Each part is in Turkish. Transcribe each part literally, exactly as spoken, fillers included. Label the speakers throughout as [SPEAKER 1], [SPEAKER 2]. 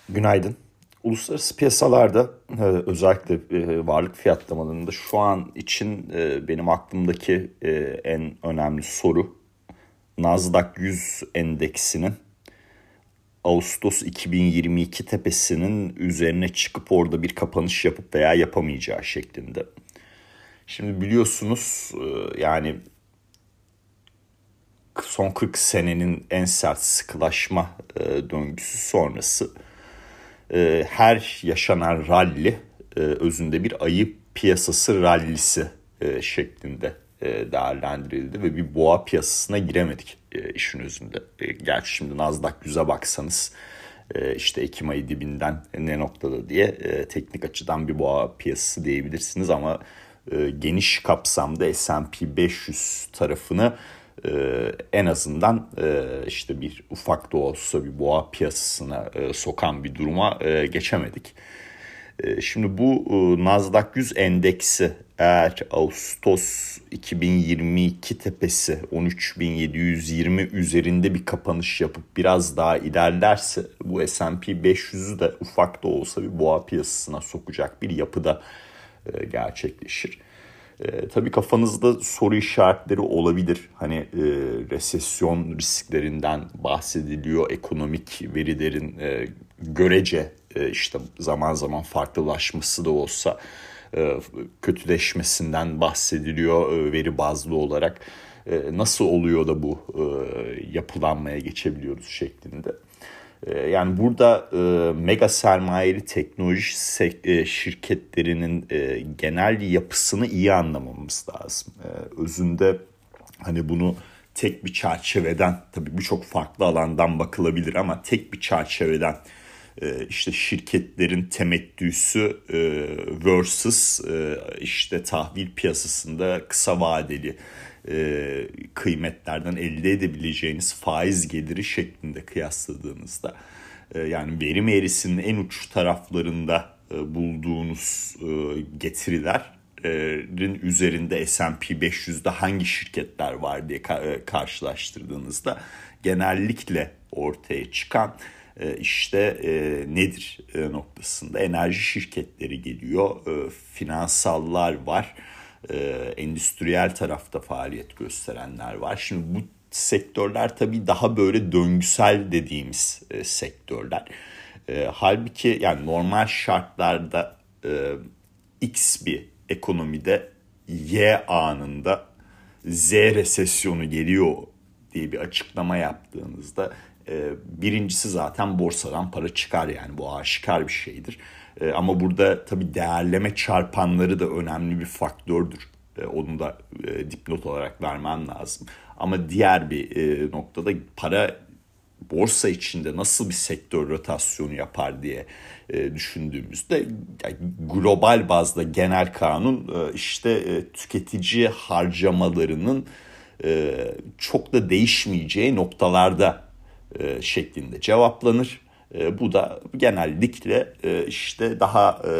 [SPEAKER 1] Günaydın. Uluslararası piyasalarda e, özellikle e, varlık fiyatlamalarında şu an için e, benim aklımdaki e, en önemli soru Nasdaq yüz endeksinin Ağustos iki bin yirmi iki tepesinin üzerine çıkıp orada bir kapanış yapıp veya yapamayacağı şeklinde. Şimdi biliyorsunuz e, yani son kırk senenin en sert sıkılaşma e, döngüsü sonrası e, her yaşanan ralli e, özünde bir ayı piyasası rallisi e, şeklinde e, değerlendirildi ve bir boğa piyasasına giremedik e, işin özünde. E, gerçi şimdi Nasdaq yüze baksanız e, işte Ekim ayı dibinden ne noktada diye e, teknik açıdan bir boğa piyasası diyebilirsiniz ama e, geniş kapsamda S and P beş yüz tarafını ee, en azından e, işte bir ufak da olsa bir boğa piyasasına e, sokan bir duruma e, geçemedik. E, şimdi bu e, Nasdaq yüz endeksi eğer Ağustos iki bin yirmi iki tepesi on üç bin yedi yüz yirmi üzerinde bir kapanış yapıp biraz daha ilerlerse bu S and P beş yüzü de ufak da olsa bir boğa piyasasına sokacak bir yapıda e, gerçekleşir. E, tabii kafanızda soru işaretleri olabilir. Hani e, resesyon risklerinden bahsediliyor. Ekonomik verilerin e, görece e, işte zaman zaman farklılaşması da olsa e, kötüleşmesinden bahsediliyor e, veri bazlı olarak. E, nasıl oluyor da bu e, yapılanmaya geçebiliyoruz şeklinde. Yani burada e, mega sermayeli teknoloji sek- e, şirketlerinin e, genel yapısını iyi anlamamız lazım. E, özünde hani bunu tek bir çerçeveden, tabii birçok farklı alandan bakılabilir ama tek bir çerçeveden e, işte şirketlerin temettüsü e, versus e, işte tahvil piyasasında kısa vadeli e, kıymetlerden elde edebileceğiniz faiz geliri şeklinde kıyasladığınızda e, yani verim eğrisinin en uç taraflarında e, bulduğunuz e, getirilerin üzerinde S and P beş yüzde hangi şirketler var diye ka- e, karşılaştırdığınızda genellikle ortaya çıkan e, işte e, nedir e, noktasında enerji şirketleri geliyor, e, finansallar var, e, endüstriyel tarafta faaliyet gösterenler var. Şimdi bu sektörler tabii daha böyle döngüsel dediğimiz e, sektörler. E, halbuki yani normal şartlarda e, X bir ekonomide Y anında Z resesyonu geliyor diye bir açıklama yaptığınızda e, birincisi zaten borsadan para çıkar, yani bu aşikar bir şeydir. E, ama burada tabii değerleme çarpanları da önemli bir faktördür. E, onu da e, dipnot olarak vermem lazım. Ama diğer bir e, noktada para borsa içinde nasıl bir sektör rotasyonu yapar diye e, düşündüğümüzde yani global bazda genel kanun e, işte e, tüketici harcamalarının e, çok da değişmeyeceği noktalarda e, şeklinde cevaplanır. E, bu da genellikle e, işte daha e,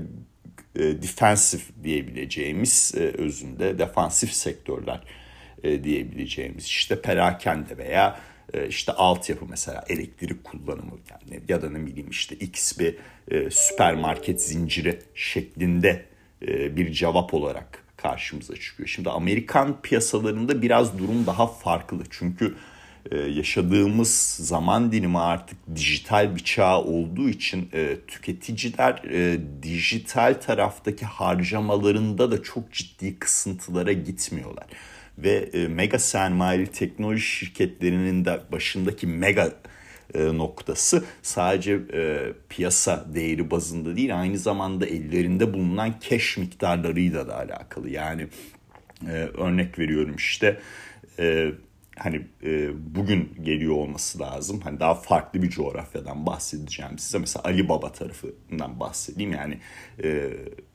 [SPEAKER 1] e, defensif diyebileceğimiz e, özünde defansif sektörler e, diyebileceğimiz işte perakende veya e, işte altyapı, mesela elektrik kullanımı yani ya da ne bileyim işte X bir e, süpermarket zinciri şeklinde e, bir cevap olarak karşımıza çıkıyor. Şimdi Amerikan piyasalarında biraz durum daha farklı çünkü Ee, yaşadığımız zaman dilimi artık dijital bir çağ olduğu için e, tüketiciler e, dijital taraftaki harcamalarında da çok ciddi kısıntılara gitmiyorlar. Ve e, mega sermayeli teknoloji şirketlerinin de başındaki mega e, noktası sadece e, piyasa değeri bazında değil, aynı zamanda ellerinde bulunan cash miktarlarıyla da alakalı. Yani e, örnek veriyorum işte e, hani e, bugün geliyor olması lazım. Hani daha farklı bir coğrafyadan bahsedeceğim size. Mesela Alibaba tarafından bahsedeyim. Yani e,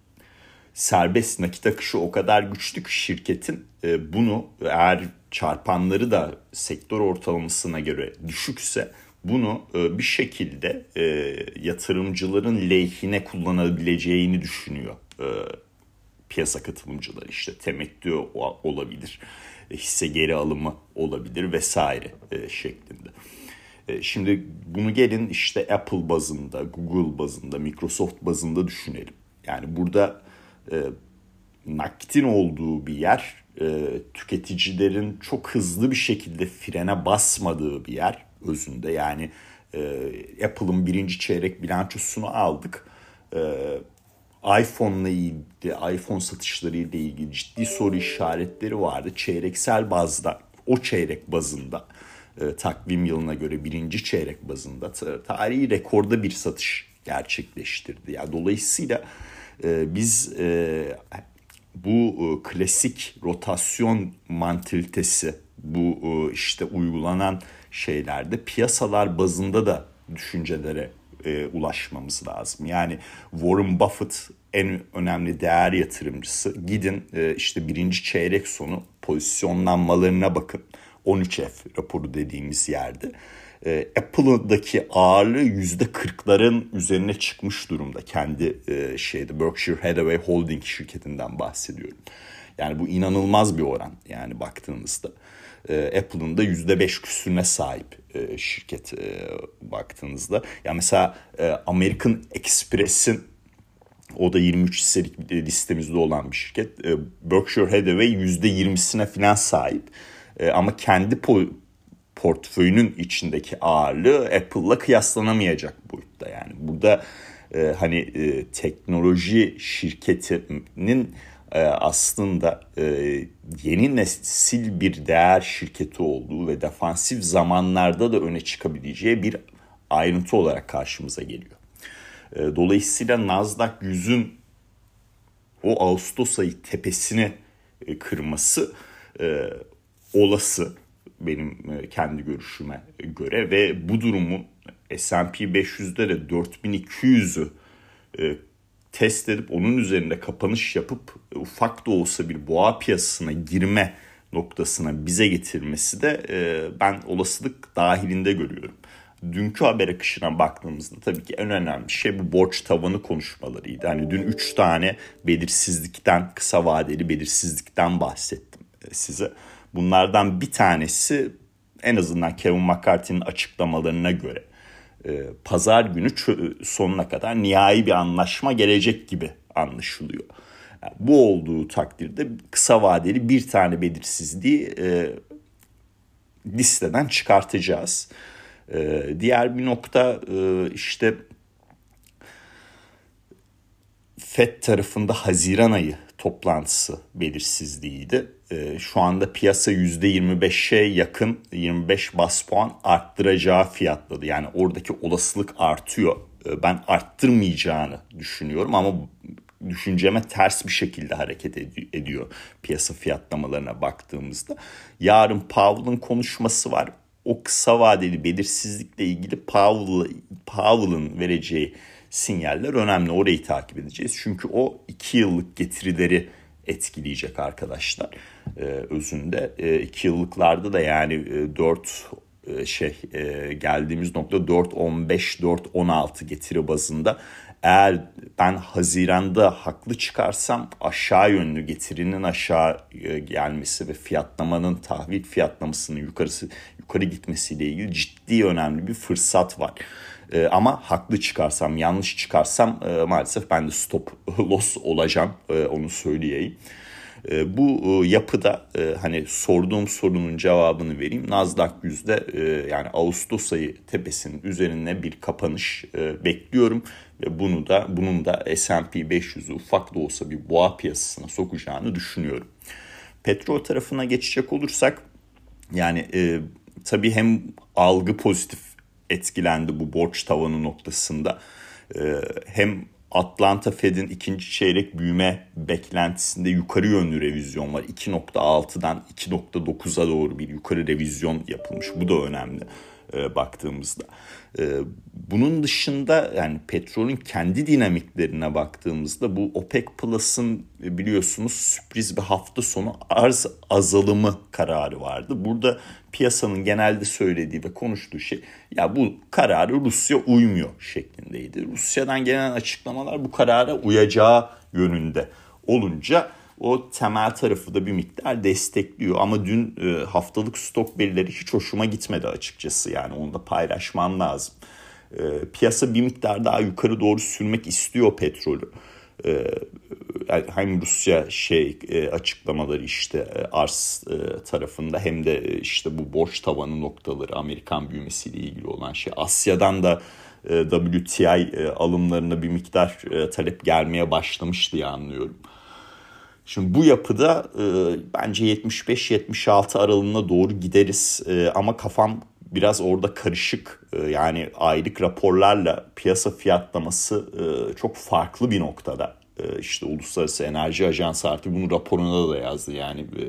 [SPEAKER 1] serbest nakit akışı o kadar güçlü ki şirketin e, bunu eğer çarpanları da sektör ortalamasına göre düşükse bunu e, bir şekilde e, yatırımcıların lehine kullanabileceğini düşünüyor e, piyasa katılımcıları. İşte temettü olabilir, hisse geri alımı olabilir vesaire e, şeklinde. Şimdi bunu gelin işte Apple bazında, Google bazında, Microsoft bazında düşünelim. Yani burada e, nakitin olduğu bir yer, e, tüketicilerin çok hızlı bir şekilde frene basmadığı bir yer özünde. Yani e, Apple'ın birinci çeyrek bilançosunu aldık. E, iPhone'la ilgili, iPhone satışları ile ilgili ciddi soru işaretleri vardı. Çeyreksel bazda, o çeyrek bazında, e, takvim yılına göre birinci çeyrek bazında tarihi rekorda bir satış gerçekleştirdi. Yani dolayısıyla e, biz e, bu e, klasik rotasyon mantalitesi, bu e, işte uygulanan şeylerde piyasalar bazında da düşüncelere e, ulaşmamız lazım. Yani Warren Buffett en önemli değer yatırımcısı. Gidin e, işte birinci çeyrek sonu pozisyonlanmalarına bakın. on üç F raporu dediğimiz yerde. E, Apple'daki ağırlığı yüzde kırkların üzerine çıkmış durumda. Kendi e, şeyde Berkshire Hathaway Holding şirketinden bahsediyorum. Yani bu inanılmaz bir oran yani baktığınızda. E, Apple'ın da yüzde beş küsürüne sahip e, şirket e, baktığınızda. Yani mesela e, American Express'in, o da yirmi üç hisselik listemizde olan bir şirket. E, Berkshire Hathaway yüzde yirmisine falan sahip. E, ama kendi po- portföyünün içindeki ağırlığı Apple'la kıyaslanamayacak boyutta. Yani burada e, hani e, teknoloji şirketinin e, aslında e, yeni nesil bir değer şirketi olduğu ve defansif zamanlarda da öne çıkabileceği bir ayrıntı olarak karşımıza geliyor. E, dolayısıyla Nasdaq yüzün o Ağustos ayı tepesini e, kırması e, olası benim kendi görüşüme göre ve bu durumu S and P beş yüzde de dört bin iki yüzü e, test edip onun üzerinde kapanış yapıp ufak da olsa bir boğa piyasasına girme noktasına bize getirmesi de e, ben olasılık dahilinde görüyorum. Dünkü haber akışına baktığımızda tabii ki en önemli şey bu borç tavanı konuşmalarıydı. Hani dün üç tane belirsizlikten, kısa vadeli belirsizlikten bahsettim size. Bunlardan bir tanesi en azından Kevin McCarthy'nin açıklamalarına göre e, pazar günü çö- sonuna kadar nihai bir anlaşma gelecek gibi anlaşılıyor. Yani bu olduğu takdirde kısa vadeli bir tane belirsizliği e, listeden çıkartacağız. E, diğer bir nokta e, işte Fed tarafında Haziran ayı toplantısı belirsizliğiydi. Ee, şu anda piyasa yüzde yirmi beşe yakın, yirmi beş bas puan arttıracağı fiyatladı. Yani oradaki olasılık artıyor. Ee, ben arttırmayacağını düşünüyorum ama düşünceme ters bir şekilde hareket ed- ediyor piyasa fiyatlamalarına baktığımızda. Yarın Powell'ın konuşması var. O kısa vadeli belirsizlikle ilgili Powell, Powell'ın vereceği sinyaller önemli. Orayı takip edeceğiz. Çünkü o iki yıllık getirileri etkileyecek arkadaşlar. Ee, özünde e, iki yıllıklarda da yani e, dört e, şey e, geldiğimiz nokta dört on beş dört on altı getiri bazında. Eğer ben Haziran'da haklı çıkarsam aşağı yönlü getirinin aşağı e, gelmesi ve fiyatlamanın tahvil fiyatlamasının yukarısı yukarı gitmesiyle ilgili ciddi önemli bir fırsat var. Ee, ama haklı çıkarsam, yanlış çıkarsam e, maalesef ben de stop loss olacağım, e, onu söyleyeyim. E, bu e, yapıda e, hani sorduğum sorunun cevabını vereyim. Nasdaq yüzde e, yani Ağustos ayı tepesinin üzerine bir kapanış e, bekliyorum ve bunu da bunun da S and P beş yüzü ufak da olsa bir boğa piyasasına sokacağını düşünüyorum. Petrol tarafına geçecek olursak yani e, tabii hem algı pozitif etkilendi bu borç tavanı noktasında. Ee, hem Atlanta Fed'in ikinci çeyrek büyüme beklentisinde yukarı yönlü revizyon var. iki nokta altıdan iki nokta dokuza doğru bir yukarı revizyon yapılmış. Bu da önemli e, baktığımızda. E, bunun dışında yani petrolün kendi dinamiklerine baktığımızda bu OPEC Plus'ın e, biliyorsunuz sürpriz bir hafta sonu arz azalımı kararı vardı. Burada piyasanın genelde söylediği ve konuştuğu şey ya bu kararı Rusya uymuyor şeklindeydi. Rusya'dan gelen açıklamalar bu karara uyacağı yönünde olunca o temel tarafı da bir miktar destekliyor. Ama dün e, haftalık stok verileri hiç hoşuma gitmedi açıkçası. Yani onu da paylaşmam lazım. E, piyasa bir miktar daha yukarı doğru sürmek istiyor petrolü. E, hem Rusya şey e, açıklamaları işte e, arz e, tarafında hem de e, işte bu borç tavanı noktaları, Amerikan büyümesiyle ilgili olan şey. Asya'dan da e, W T I e, alımlarına bir miktar e, talep gelmeye başlamış diye anlıyorum. Şimdi bu yapıda e, bence yetmiş beş yetmiş altı aralığına doğru gideriz e, ama kafam biraz orada karışık. E, yani aylık raporlarla piyasa fiyatlaması e, çok farklı bir noktada. E, işte Uluslararası Enerji Ajansı artık bunu raporuna da yazdı. Yani e,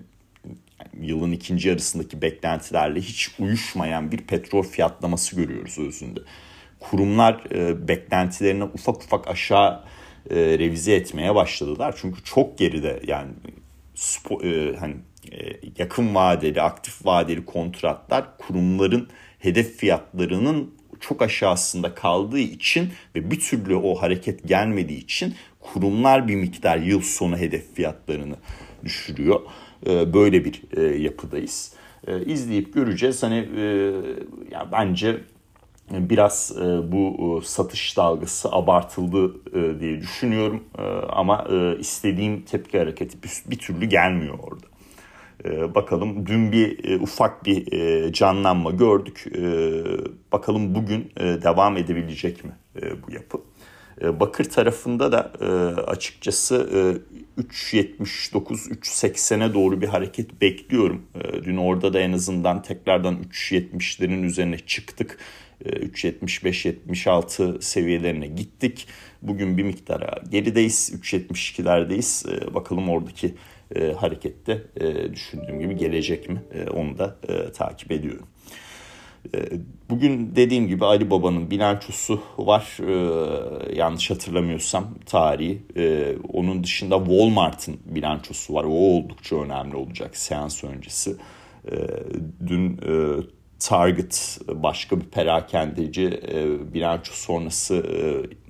[SPEAKER 1] yılın ikinci yarısındaki beklentilerle hiç uyuşmayan bir petrol fiyatlaması görüyoruz özünde. Kurumlar e, beklentilerini ufak ufak aşağı e, revize etmeye başladılar. Çünkü çok geride yani spo, e, hani e, yakın vadeli, aktif vadeli kontratlar kurumların hedef fiyatlarının çok aşağısında kaldığı için ve bir türlü o hareket gelmediği için kurumlar bir miktar yıl sonu hedef fiyatlarını düşürüyor. E, böyle bir e, yapıdayız. E, izleyip göreceğiz. Hani e, ya bence biraz e, bu e, satış dalgası abartıldı e, diye düşünüyorum e, ama e, istediğim tepki hareketi bir, bir türlü gelmiyor orada. E, bakalım dün bir e, ufak bir e, canlanma gördük. E, bakalım bugün e, devam edebilecek mi e, bu yapı? E, bakır tarafında da e, açıkçası e, üç yetmiş dokuz üç seksene doğru bir hareket bekliyorum. E, dün orada da en azından tekrardan üç yetmişlerin üzerine çıktık. üç yetmiş beş yetmiş altı seviyelerine gittik. Bugün bir miktara gerideyiz. üç yetmiş ikilerdeyiz. E, bakalım oradaki e, harekette e, düşündüğüm gibi gelecek mi? E, onu da e, takip ediyorum. E, bugün dediğim gibi Ali Baba'nın bilançosu var. E, yanlış hatırlamıyorsam tarihi. E, onun dışında Walmart'ın bilançosu var. O oldukça önemli olacak seans öncesi. E, dün e, Target başka bir perakendeci e, bilanço sonrası e,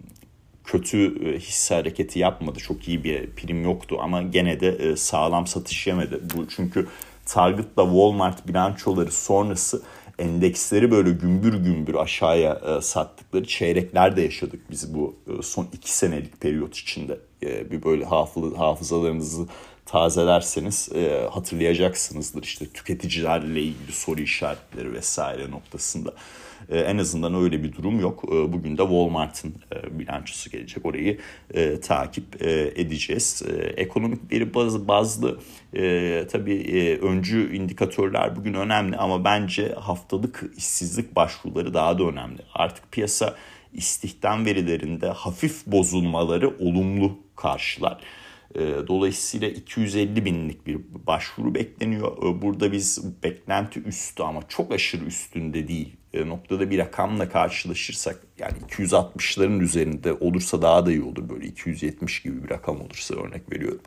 [SPEAKER 1] kötü e, hisse hareketi yapmadı. Çok iyi bir prim yoktu ama gene de e, sağlam satış yemedi. Bu çünkü Target'la Walmart bilançoları sonrası endeksleri böyle gümbür gümbür aşağıya e, sattıkları çeyrekler de yaşadık biz bu e, son iki senelik periyot içinde. E, bir böyle hafız, hafızalarınızı tazelerseniz e, hatırlayacaksınızdır işte tüketicilerle ilgili soru işaretleri vesaire noktasında. E, en azından öyle bir durum yok. E, bugün de Walmart'ın e, bilançosu gelecek. Orayı e, takip e, edeceğiz. E, ekonomik veri bazı, bazlı e, tabii e, öncü indikatörler bugün önemli ama bence haftalık işsizlik başvuruları daha da önemli. Artık piyasa istihdam verilerinde hafif bozulmaları olumlu karşılar. Dolayısıyla iki yüz elli binlik bir başvuru bekleniyor. Burada biz beklenti üstü ama çok aşırı üstünde değil noktada bir rakamla karşılaşırsak yani iki yüz altmışların üzerinde olursa daha da iyi olur. Böyle iki yüz yetmiş gibi bir rakam olursa örnek veriyorum.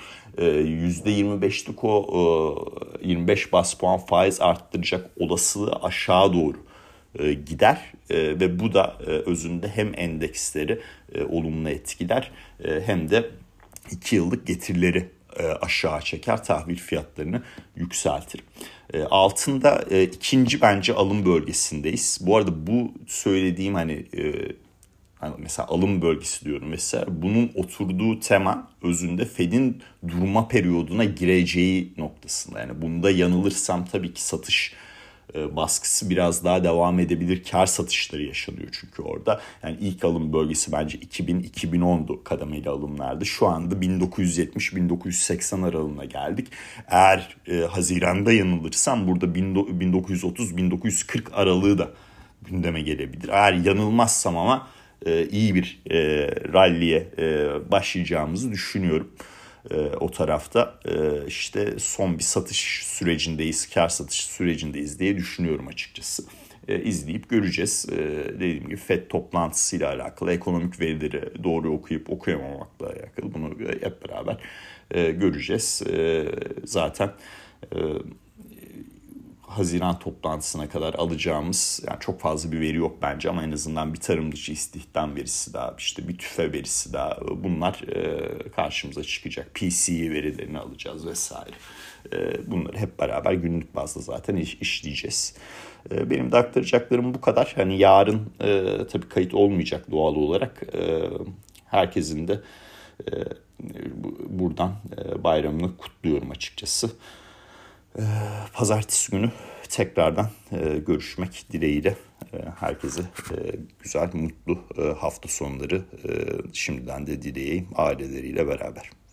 [SPEAKER 1] yüzde yirmi beşlik o yirmi beş bas puan faiz arttıracak olasılığı aşağı doğru gider ve bu da özünde hem endeksleri olumlu etkiler hem de iki yıllık getirileri aşağı çeker, tahvil fiyatlarını yükseltir. Altında ikinci bence alım bölgesindeyiz. Bu arada bu söylediğim hani, hani mesela alım bölgesi diyorum mesela bunun oturduğu tema özünde Fed'in durma periyoduna gireceği noktasında. Yani bunda yanılırsam tabii ki satış baskısı biraz daha devam edebilir. Kar satışları yaşanıyor çünkü orada. Yani ilk alım bölgesi bence iki bin iki bin ondu kademeli alımlardı. Şu anda bin dokuz yüz yetmiş bin dokuz yüz seksen aralığına geldik. Eğer e, Haziran'da yanılırsam burada bin dokuz yüz otuz bin dokuz yüz kırk aralığı da gündeme gelebilir. Eğer yanılmazsam ama e, iyi bir e, rally'e e, başlayacağımızı düşünüyorum. E, o tarafta e, işte son bir satış sürecindeyiz, kar satış sürecindeyiz diye düşünüyorum açıkçası. E, izleyip göreceğiz. E, dediğim gibi Fed toplantısıyla alakalı, ekonomik verileri doğru okuyup okuyamamakla alakalı bunu hep beraber e, göreceğiz. E, zaten e, Haziran toplantısına kadar alacağımız, yani çok fazla bir veri yok bence ama en azından bir tarım dışı istihdam verisi daha, işte bir tüfe verisi daha, bunlar karşımıza çıkacak. P C E verilerini alacağız vesaire. Bunları hep beraber günlük bazda zaten iş, işleyeceğiz. Benim de aktaracaklarım bu kadar. Hani yarın tabii kayıt olmayacak doğal olarak. Herkesin de buradan bayramını kutluyorum açıkçası. Pazartesi günü tekrardan görüşmek dileğiyle herkese güzel, mutlu hafta sonları şimdiden de dileyeyim aileleriyle beraber.